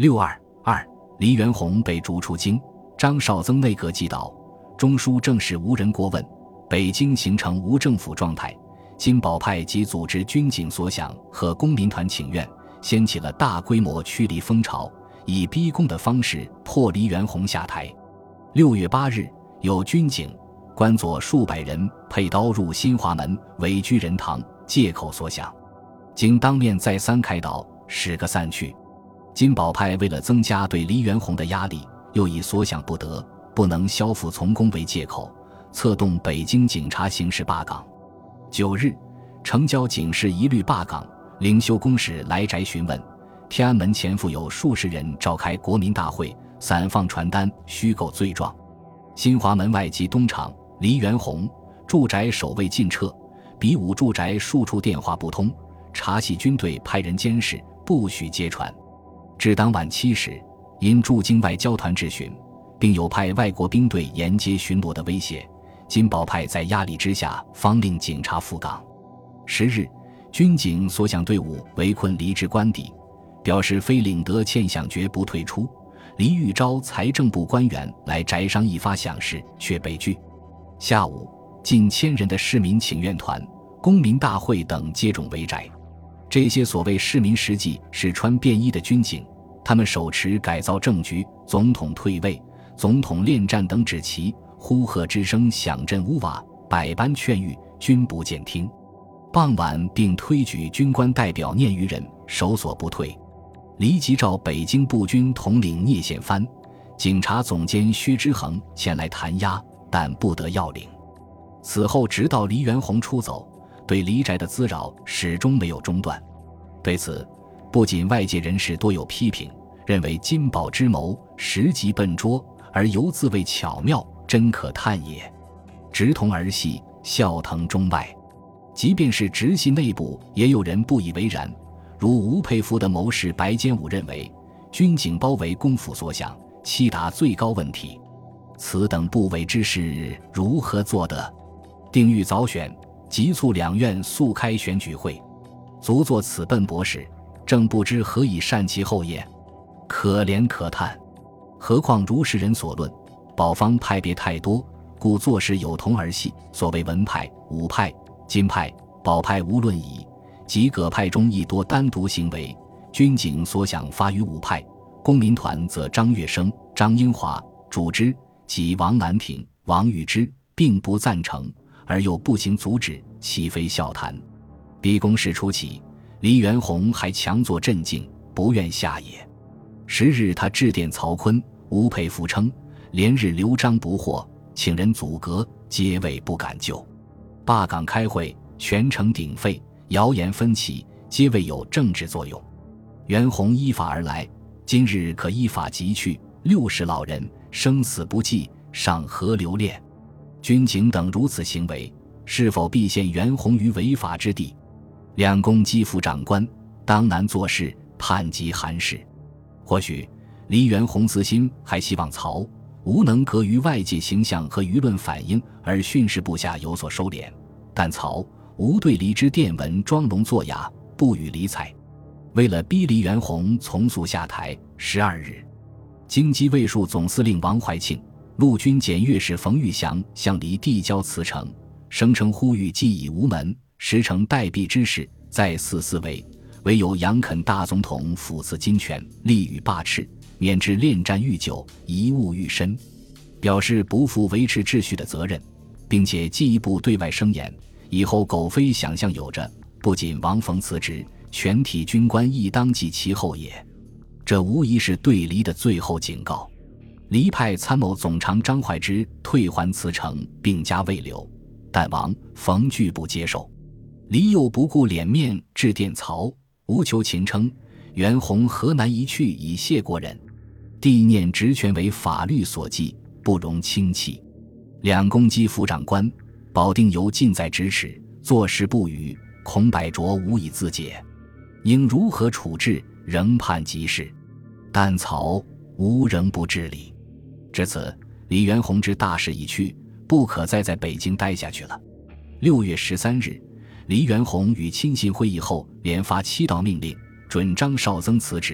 622黎元洪被逐出京，张绍曾内阁既倒，中书正事无人过问，北京形成无政府状态。金宝派即组织军警所想和公民团请愿，掀起了大规模驱离风潮，以逼宫的方式迫黎元洪下台。6月8日，有军警官佐数百人佩刀入新华门，围居人堂，借口所想。经当面再三开导，使个散去。金宝派为了增加对黎元洪的压力，又以所想不得，不能消服从公为借口，策动北京警察刑事罢岗。9日，城郊警士一律罢岗，领袖公使来宅询问。天安门前附有数十人召开国民大会，散放传单，虚构罪状。新华门外及东厂、黎元洪住宅守卫尽撤，比武住宅数处电话不通，察系军队派人监视，不许接传。至当晚7时，因驻京外交团质询，并有派外国兵队沿街巡逻的威胁，金宝派在压力之下方令警察赴岗。10日，军警所想队伍围困黎至官邸，表示非领得欠饷绝不退出。黎欲招财政部官员来宅商议发饷事，却被拒。下午，近1000人的市民请愿团、公民大会等接踵围宅。这些所谓市民实际是穿便衣的军警，他们手持改造政局、总统退位、总统恋战等纸旗，呼喝之声响震屋瓦，百般劝谕，均不见听。傍晚并推举军官代表念余人，守所不退。黎即召北京步军统领聂宪藩、警察总监薛之衡前来弹压，但不得要领。此后直到黎元洪出走，对黎宅的滋扰始终没有中断。对此，不仅外界人士多有批评，认为金宝之谋实极笨拙，而犹自谓巧妙，真可叹也。直同儿戏，笑腾中外。即便是直系内部，也有人不以为然。如吴佩孚的谋士白坚武认为，军警包围公府所想，欺达最高问题，此等不为之事如何做得？定欲早选，急促两院速开选举会，足作此笨博士，正不知何以善其后也。可怜可叹。何况如时人所论，保方派别太多，故做事有同儿戏。所谓文派、武派、金派、保派无论矣，即各派中亦多单独行为。军警所想发于武派，公民团则张月生、张英华主之，及王兰亭、王玉之并不赞成，而又不行阻止，岂非笑谈？逼宫事初起，黎元洪还强作镇静，不愿下野。10日，他致电曹锟、吴佩孚称，连日留章不获，请人阻隔，皆谓不敢就。罢岗开会，全城鼎沸，谣言纷起，皆未有政治作用。元洪依法而来，今日可依法即去，60老人生死不计，尚何留恋？军警等如此行为，是否必陷元洪于违法之地？两宫基辅长官当难做事，盼及韩氏。或许黎元洪自心还希望曹吴能隔于外界形象和舆论反应而训示部下有所收敛，但曹吴对黎之电文装聋作哑，不予理睬。为了逼黎元洪从速下台，12日，京畿卫戍总司令王怀庆、陆军检阅使冯玉祥向黎递交辞呈，声称呼吁既已无门，实成待毙之事，再四思维，唯有杨肯大总统抚赐金权，力与罢斥，免至恋战愈久，贻误愈深，表示不负维持秩序的责任，并且进一步对外声言，以后苟非想象有着，不仅王冯辞职，全体军官亦当继其后也。这无疑是对黎的最后警告。黎派参谋总长张怀之退还辞呈，并加未留，但王冯拒不接受。黎又不顾脸面致电曹吴求情称，元洪何难一去以谢国人，帝念职权为法律所记，不容轻弃。两宫基辅长官保定犹近在咫尺，坐视不语，恐百拙无以自解，应如何处置，仍盼即事。但曹吴仍不治理。至此，黎元洪之大势已去，不可再在北京待下去了。6月13日，黎元洪与亲信会议后，连发7道命令，准张绍曾辞职，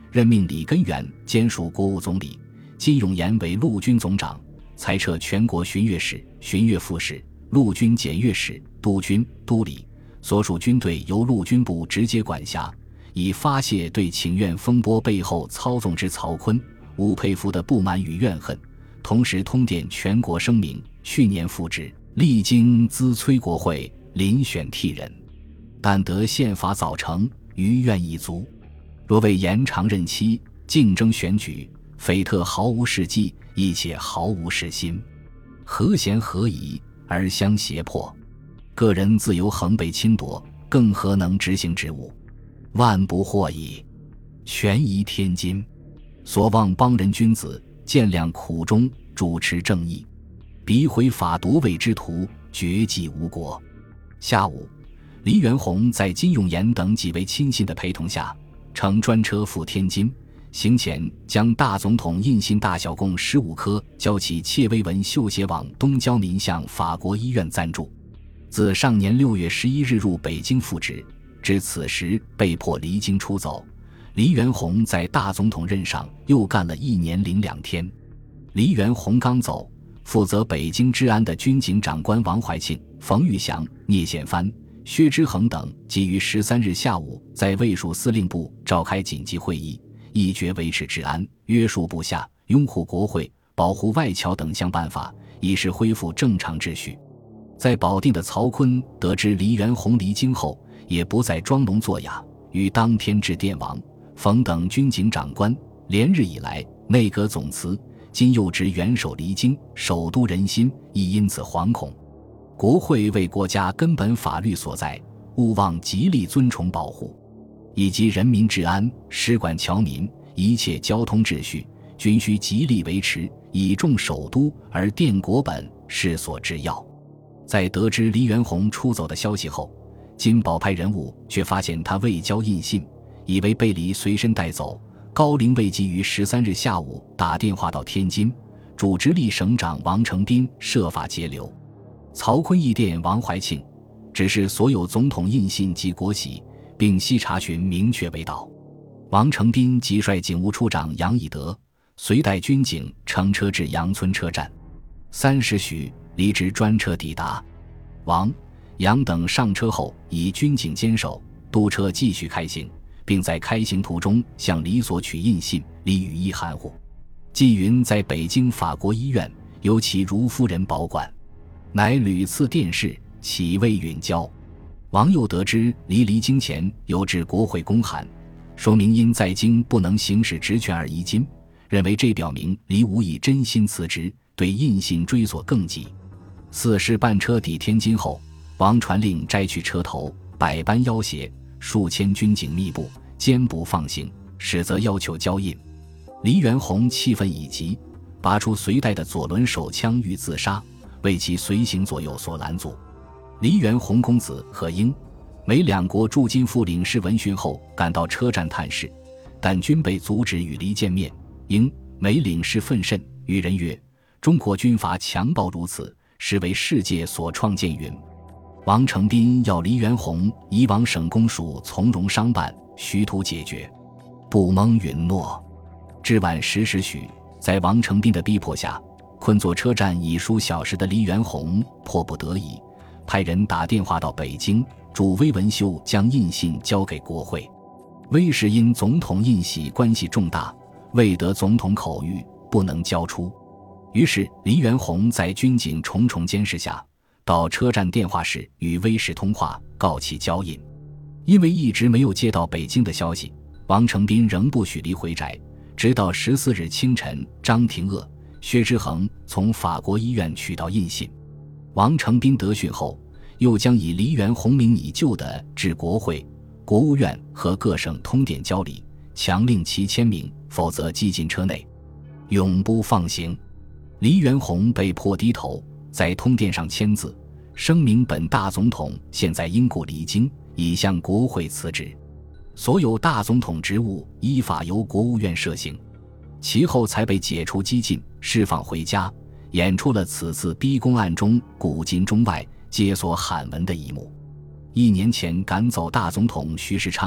任命李根源兼署国务总理，金永言为陆军总长，裁撤全国巡阅使、巡阅副使、陆军检阅使、督军、督理，所属军队由陆军部直接管辖，以发泄对请愿风波背后操纵之曹锟、吴佩孚的不满与怨恨，同时通电全国声明，去年复职，历经资催国会遴选替人，但得宪法早成，余愿已足。若为延长任期，竞争选举，匪特毫无事迹，亦且毫无事心，何嫌何以而相胁迫？个人自由恒被侵夺，更何能执行职务？万不惑矣。权宜天津，所望邦人君子见量苦衷，主持正义，诋毁法夺位之徒，绝迹无国。下午，黎元洪在金永言等几位亲信的陪同下，乘专车赴天津，行前将大总统印信大小共15颗交其窃微文绣写往东交民向法国医院暂住。自上年6月11日入北京复职，至此时被迫离京出走，黎元洪在大总统任上又干了1年零2天。黎元洪刚走，负责北京治安的军警长官王怀庆、冯玉祥、聂宪藩、薛之衡等即于13日下午在卫戍司令部召开紧急会议，议决维持治安、约束部下、拥护国会、保护外侨等项办法，以示恢复正常秩序。在保定的曹锟得知黎元洪离京后，也不再装聋作哑，于当天致电王、冯等军警长官，连日以来内阁总辞，今又值元首离京，首都人心亦因此惶恐。国会为国家根本法律所在，务望极力尊崇保护，以及人民治安、使管侨民一切交通秩序，均需极力维持，以重首都而奠国本，是所之要。在得知黎元洪出走的消息后，金保派人物却发现他未交印信，以为被黎随身带走。高陵卫即于13日下午打电话到天津，主直隶省长王承斌设法截留。曹锟亦电王怀庆，指示所有总统印信及国玺，并悉查询明确为导。王承斌即率警务处长杨以德随带军警乘车至杨村车站，3时许黎至专车抵达。王、杨等上车后以军警坚守，督车继续开行，并在开行途中向黎索取印信，黎语意含糊。纪云在北京法国医院由其如夫人保管，乃屡次电示，岂未允交。王又得知黎离京前有致国会公函，说明因在京不能行使职权而移京，认为这表明黎无意真心辞职，对印信追索更急。4时半车抵天津后，王传令摘去车头，百般要挟，数千军警密布，坚不放行，实则要求交印。黎元洪气愤已极，拔出随带的左轮手枪欲自杀，为其随行左右所拦阻。黎元洪公子何英、美两国驻金副领事闻讯后赶到车站探视，但均被阻止与黎见面。英、美领事愤甚，与人曰：中国军阀强暴如此，实为世界所创建云。王承斌要黎元洪移往省公署从容商办，徐图解决，不蒙允诺。至晚10时许，在王承斌的逼迫下，困坐车站已数小时的黎元洪迫不得已，派人打电话到北京，嘱威文秀将印信交给国会。威是因总统印玺关系重大，未得总统口谕，不能交出。于是黎元洪在军警重重监视下，到车站电话室与威士通话，告其交印。因为一直没有接到北京的消息，王承斌仍不许黎回宅，直到14日清晨，张廷鄂、薛之衡从法国医院取到印信。王承斌得讯后，又将以黎元洪名已旧的至国会、国务院和各省通电交理，强令其签名，否则击进车内，永不放行。黎元洪被迫低头，在通电上签字，声明本大总统现在因故离京，已向国会辞职，所有大总统职务依法由国务院设行。其后才被解除羁禁，释放回家，演出了此次逼宫案中古今中外皆所罕闻的一幕。1年前赶走大总统徐世昌，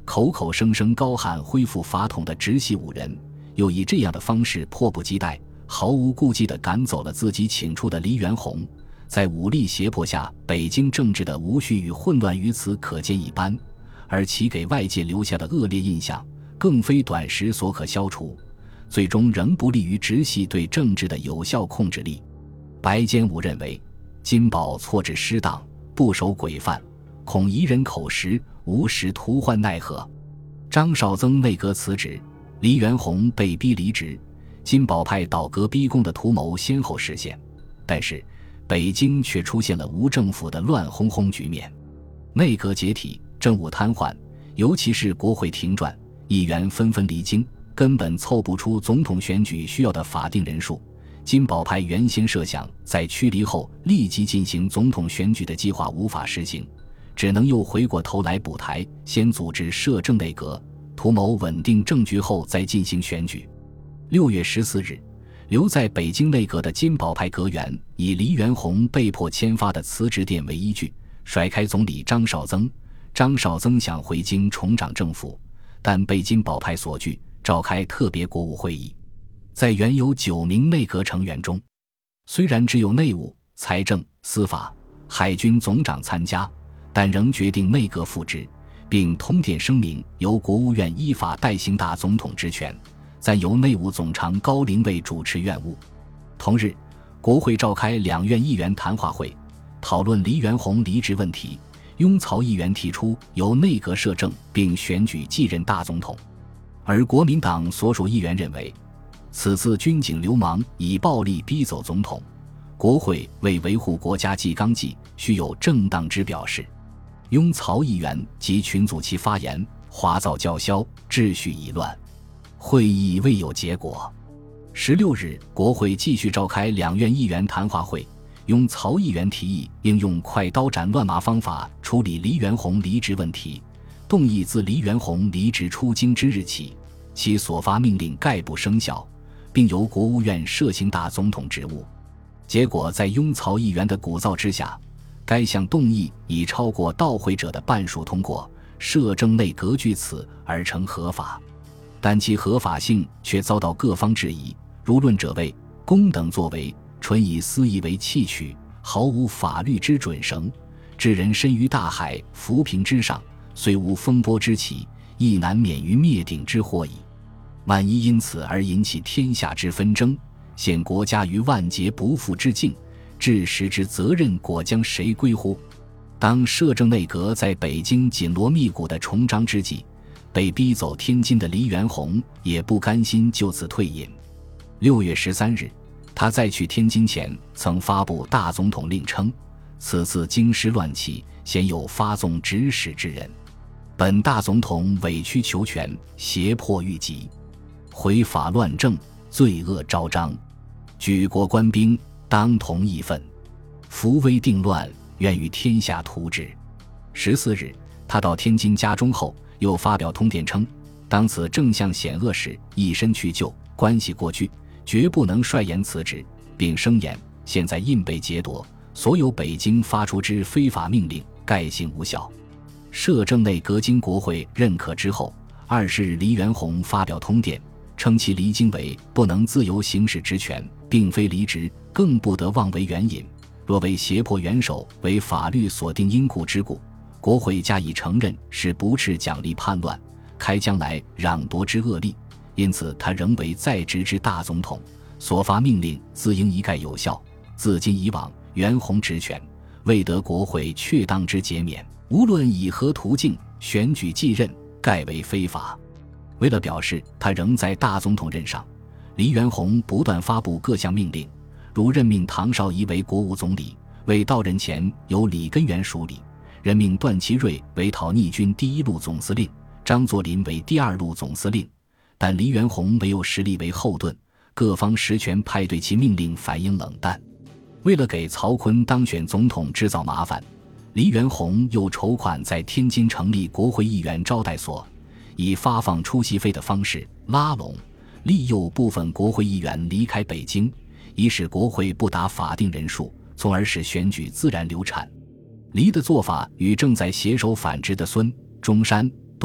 口口声声高喊恢复法统的直系5人，又以这样的方式迫不及待、毫无顾忌地赶走了自己请出的黎元洪。在武力胁迫下，北京政治的无序与混乱于此可见一斑，而其给外界留下的恶劣印象更非短时所可消除，最终仍不利于直系对政治的有效控制力。白坚武认为，金宝措置失当，不守规范，恐夷人口实，无时徒患奈何。张绍曾内阁辞职，黎元洪被逼离职，金宝派倒戈逼宫的图谋先后实现，但是北京却出现了无政府的乱哄哄局面。内阁解体，政务瘫痪，尤其是国会停转，议员纷纷离京，根本凑不出总统选举需要的法定人数。金宝派原先设想在驱离后立即进行总统选举的计划无法实行，只能又回过头来补台，先组织摄政内阁，图谋稳定政局后再进行选举。6月14日，留在北京内阁的金宝派阁员以黎元洪被迫签发的辞职电为依据，甩开总理张绍曾。张绍曾想回京重掌政府，但被金宝派所拒，召开特别国务会议。在原有9名内阁成员中，虽然只有内务、财政、司法、海军总长参加，但仍决定内阁复职，并通电声明由国务院依法代行大总统职权，暂由内务总长高龄卫主持院务。同日，国会召开两院议员谈话会，讨论黎元洪离职问题。拥曹议员提出由内阁摄政并选举继任大总统，而国民党所属议员认为，此次军警流氓以暴力逼走总统，国会为维护国家纪纲纪，须有正当之表示。拥曹议员及群组其发言，哗噪叫嚣，秩序已乱。会议未有结果。16日，国会继续召开两院议员谈话会，拥曹议员提议应用快刀斩乱麻方法处理黎元洪离职问题，动议自黎元洪离职出京之日起，其所发命令概不生效，并由国务院摄行大总统职务。结果在拥曹议员的鼓噪之下，该项动议已超过到会者的半数通过，摄政内阁据此而成合法。但其合法性却遭到各方质疑，如论者谓公等作为纯以私意为器取，毫无法律之准绳，致人身于大海浮萍之上，虽无风波之起，亦难免于灭顶之祸矣。万一因此而引起天下之纷争，陷国家于万劫不复之境，至时之责任果将谁归乎？当摄政内阁在北京紧锣密鼓的重章之际，被逼走天津的黎元洪也不甘心就此退隐。6月13日，他在去天津前曾发布大总统令称，此次京师乱起，鲜有发纵指使之人，本大总统委曲求全，胁迫欲急，毁法乱政，罪恶昭彰，举国官兵当同义愤，扶危定乱，愿与天下图之。14日，他到天津家中后，又发表通电称，当此正向险恶时，一身去就，关系过去，绝不能率言辞职，并声言现在印被劫夺，所有北京发出之非法命令概行无效。摄政内阁经国会认可之后，20日黎元洪发表通电，称其离京为不能自由行使职权，并非离职，更不得妄为援引，若为胁迫元首为法律所定因故之故，国会加以承认，是不斥奖励叛乱，开将来攘夺之恶例。因此他仍为在职之大总统，所发命令自应一概有效。自今以往，元洪职权未得国会确当之减免，无论以何途径选举继任，概为非法。为了表示他仍在大总统任上，黎元洪不断发布各项命令，如任命唐绍仪为国务总理，未到任前由李根源署理；任命段祺瑞为讨逆军第1路总司令，张作霖为第2路总司令。但黎元洪没有实力为后盾，各方实权派对其命令反应冷淡。为了给曹锟当选总统制造麻烦，黎元洪又筹款在天津成立国会议员招待所，以发放出席费的方式拉拢利诱部分国会议员离开北京，以使国会不达法定人数，从而使选举自然流产。黎的做法与正在携手反制的孙、中山、段、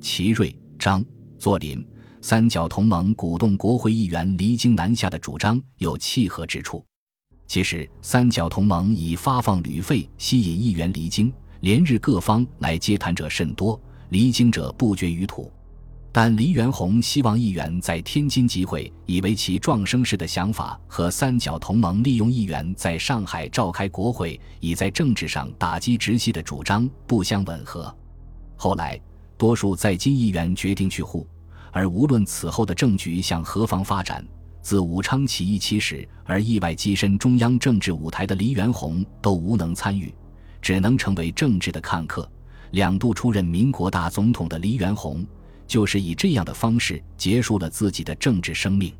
齐瑞、张、作霖三角同盟鼓动国会议员离京南下的主张有契合之处。其实三角同盟以发放旅费吸引议员离京，连日各方来接谈者甚多，离京者不绝于途。但黎元洪希望议员在天津集会，以为其壮声势的想法和三角同盟利用议员在上海召开国会，以在政治上打击直系的主张不相吻合。后来多数在京议员决定去沪，而无论此后的政局向何方发展，自武昌起义起始而意外跻身中央政治舞台的黎元洪都无能参与，只能成为政治的看客。两度出任民国大总统的黎元洪就是以这样的方式结束了自己的政治生命。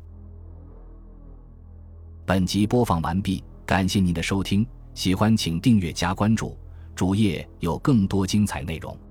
本集播放完毕，感谢您的收听，喜欢请订阅加关注，主页有更多精彩内容。